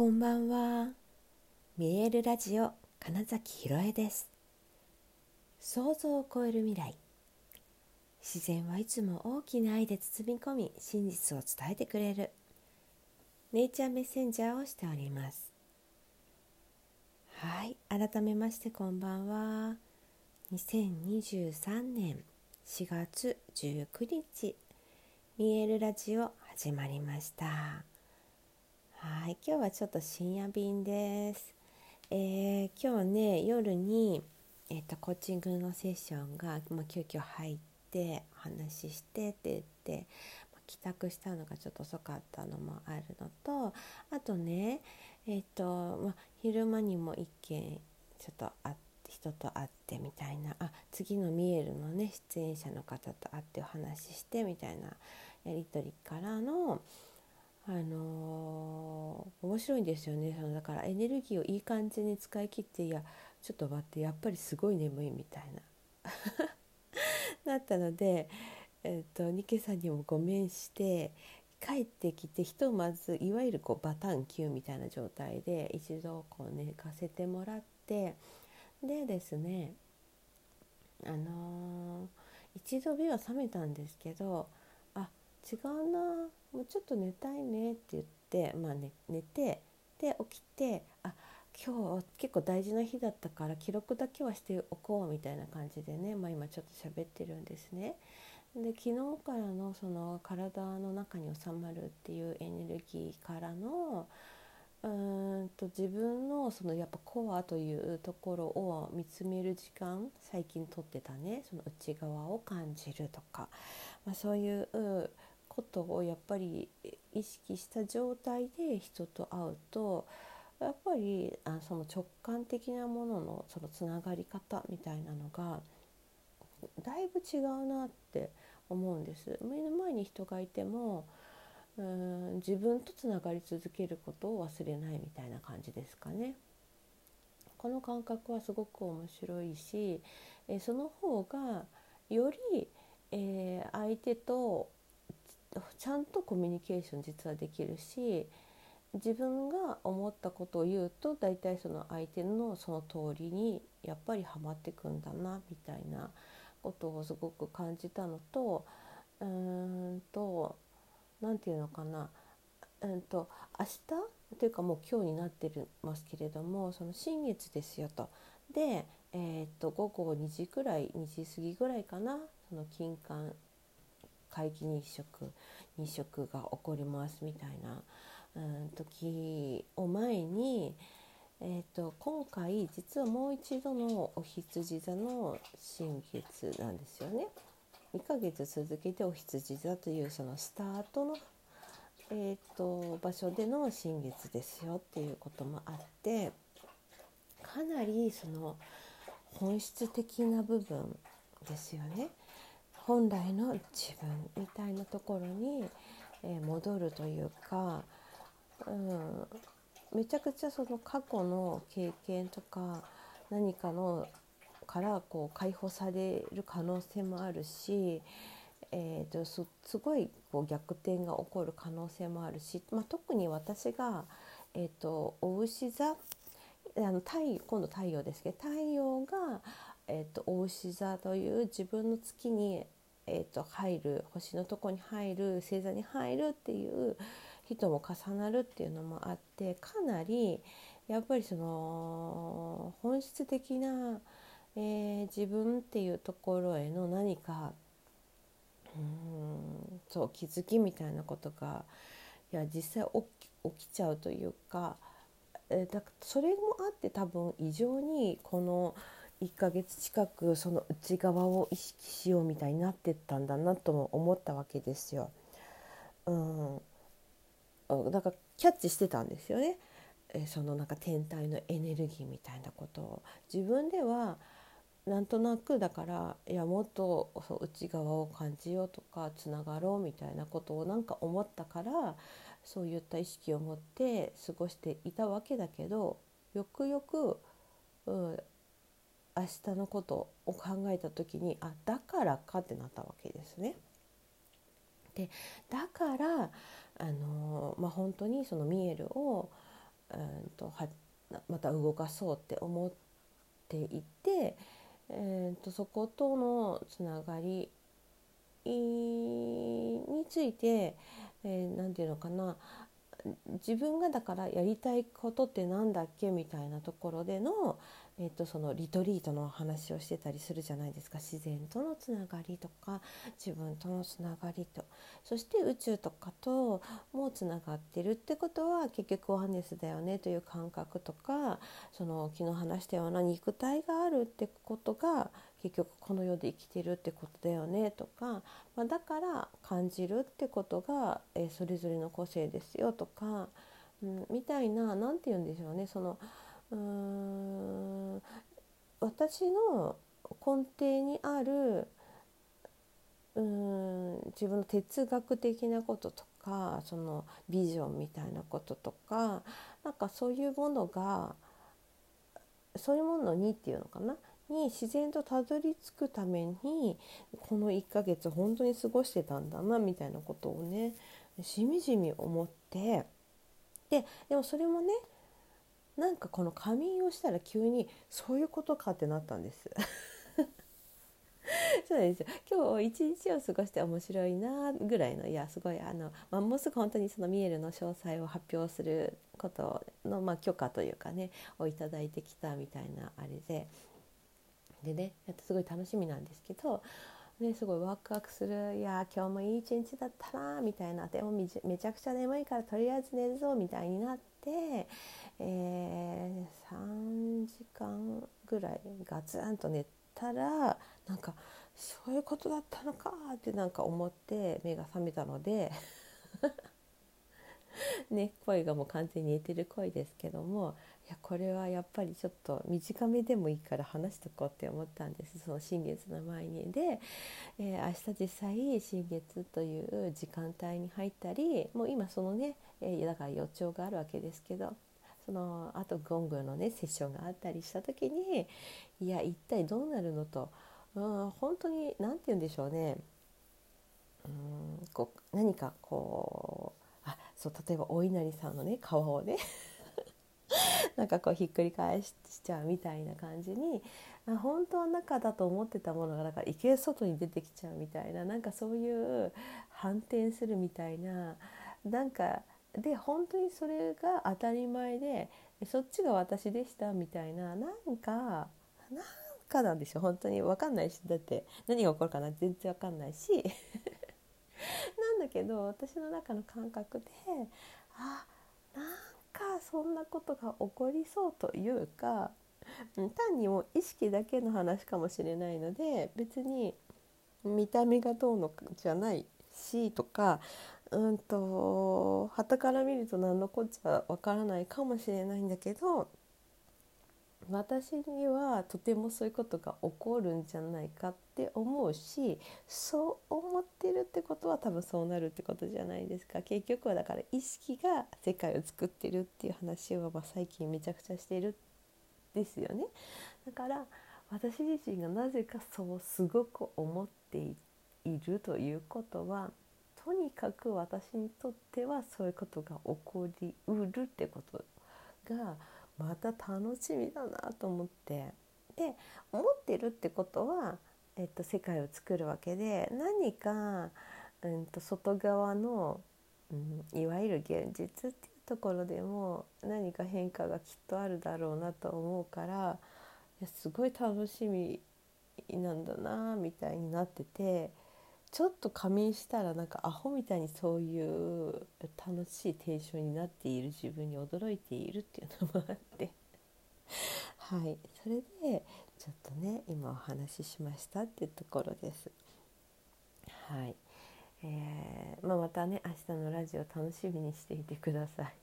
こんばんは。見えるラジオ金崎ひろえです。想像を超える未来。自然はいつも大きな愛で包み込み、真実を伝えてくれるネイチャーメッセンジャーをしております。はい、改めましてこんばんは。2023年4月19日、見えるラジオ始まりました。はい、今日はちょっと深夜便です。今日ね夜に、コーチングのセッションが、急遽入って話してって言って、帰宅したのがちょっと遅かったのもあるのと、あとね、昼間にも一件ちょっと人と会ってみたいな、次のミエルのね出演者の方と会ってお話ししてみたいなやり取りからの面白いんですよね。だからエネルギーをいい感じに使い切って、ちょっと待って、やっぱりすごい眠いみたいななったので、ニケさんにもごめんして帰ってきて、ひとまずいわゆるバタン級みたいな状態で一度寝かせてもらって、でですね、一度目は覚めたんですけど、違うな、もうちょっと寝たいねって言って、寝て、で起きて、今日結構大事な日だったから記録だけはしておこうみたいな感じでね、今ちょっと喋ってるんですね。で、昨日からのその体の中に収まるっていうエネルギーからの自分のそのやっぱコアというところを見つめる時間、最近とってたね、その内側を感じるとか、そういうことをやっぱり意識した状態で人と会うと、やっぱりその直感的なもののそのつながり方みたいなのがだいぶ違うなって思うんです。目の前に人がいても自分とつながり続けることを忘れないみたいな感じですかね。この感覚はすごく面白いし、その方がより、相手とちゃんとコミュニケーション実はできるし、自分が思ったことを言うと大体その相手のその通りにやっぱりハマってくんだなみたいなことをすごく感じたのと、なんていうのかな、明日というかもう今日になってますけれども、その新月ですよと。で、午後2時過ぎぐらいかな、その金環皆既日食が起こりますみたいな時を前に、今回実はもう一度のお羊座の新月なんですよね。2ヶ月続けてお羊座というそのスタートの、場所での新月ですよっていうこともあって、かなりその本質的な部分ですよね。本来の自分みたいなところに、戻るというか、めちゃくちゃその過去の経験とか何かのから解放される可能性もあるし、すごい逆転が起こる可能性もあるし、特に私が、お牛座、今度太陽ですけど、太陽が、お牛座という自分の月に、入る星のとこに入る星座に入るっていう人も重なるっていうのもあって、かなりやっぱりその本質的な、自分っていうところへの何かそう気づきみたいなことが実際起きちゃうというか、だからそれもあって多分異常にこの1ヶ月近くその内側を意識しようみたいになってったんだなとも思ったわけですよ。だからキャッチしてたんですよね。その天体のエネルギーみたいなことを自分ではなんとなく、だからもっとそう内側を感じようとかつながろうみたいなことを思ったから、そういった意識を持って過ごしていたわけだけど、よくよく、明日のことを考えた時にだからかってなったわけですね。でだから本当にそのミエルをまた動かそうって思っていて、そことのつながりについて、なんていうのかな、自分がだからやりたいことってなんだっけみたいなところでの、そのリトリートの話をしてたりするじゃないですか。自然とのつながりとか自分とのつながりと、そして宇宙とかともつながってるってことは結局ワンネスだよねという感覚とか、その昨日話したような肉体があるってことが結局この世で生きてるってことだよねとか、だから感じるってことが、それぞれの個性ですよとか、みたいな、なんて言うんでしょうね、その私の根底にある自分の哲学的なこととか、そのビジョンみたいなこととか、なんかそういうものが、そういうものにっていうのかなに自然とたどり着くためにこの1ヶ月本当に過ごしてたんだなみたいなことをね、しみじみ思って、でもそれもね、なんかこの仮眠をしたら急にそういうことかってなったんですそうなんですよ。今日一日を過ごして面白いなぐらいの、いやすごいもうすぐ本当にそのミエルの詳細を発表することの、許可というかねをいただいてきたみたいなあれでね、すごい楽しみなんですけど、ね、すごいワクワクする、いや今日もいい一日だったなみたいな、でもめちゃくちゃ眠いからとりあえず寝るぞみたいになって、3時間ぐらいガツンと寝たら、なんかそういうことだったのかってなんか思って目が覚めたのでね、声がもう完全に寝てる声ですけども、いやこれはやっぱりちょっと短めでもいいから話しとこうって思ったんです。その新月の前にで、明日実際新月という時間帯に入ったり、もう今そのね、だから予兆があるわけですけど、そのあとゴングのねセッションがあったりした時に、いや一体どうなるのと、本当に何て言うんでしょうね、こう何かこうそう例えばお稲荷さんのね皮をねなんかこうひっくり返しちゃうみたいな感じに、本当は中だと思ってたものがだから池外に出てきちゃうみたいな、なんかそういう反転するみたいな、なんかで本当にそれが当たり前でそっちが私でしたみたいな、なんかなんでしょう、本当に分かんないし、だって何が起こるかな全然分かんないしなんだけど私の中の感覚で、なんかそんなことが起こりそうというか、単にもう意識だけの話かもしれないので、別に見た目がどうのかじゃないしとか、傍から見ると何のこっちゃわからないかもしれないんだけど、私にはとてもそういうことが起こるんじゃないかって思うし、そう思ってるってことは多分そうなるってことじゃないですか。結局はだから意識が世界を作ってるっていう話を最近めちゃくちゃしてるですよね。だから私自身がなぜかそうすごく思っているということは、とにかく私にとってはそういうことが起こりうるってことがまた楽しみだなと思って、で思ってるってことは、世界を作るわけで、何か、外側の、いわゆる現実っていうところでも何か変化がきっとあるだろうなと思うから、すごい楽しみなんだなみたいになってて、ちょっと仮眠したらなんかアホみたいにそういう楽しいテンションになっている自分に驚いているっていうのもあってはい、それでちょっとね今お話ししましたっていうところです。はい、またね明日のラジオ楽しみにしていてください。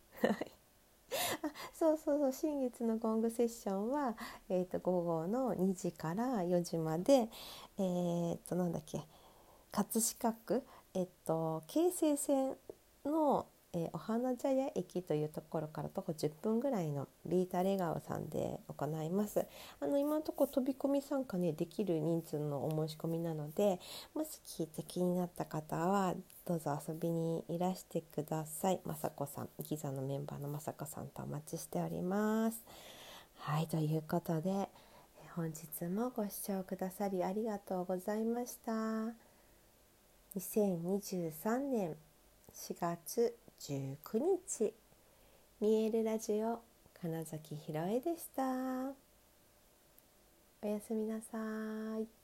そう新月のゴングセッションは、午後の2時から4時まで、なんだっけ、葛飾区、京成線の、 お花茶屋駅というところから徒歩10分ぐらいのリータレガオさんで行います。今のところ飛び込み参加ねできる人数のお申し込みなので、もし聞いて気になった方はどうぞ遊びにいらしてください。まさこさん、ギザのメンバーのまさこさんとお待ちしております。はい、ということで本日もご視聴くださりありがとうございました。2023年4月19日、見えるラジオ金崎ひろえでした。おやすみなさい。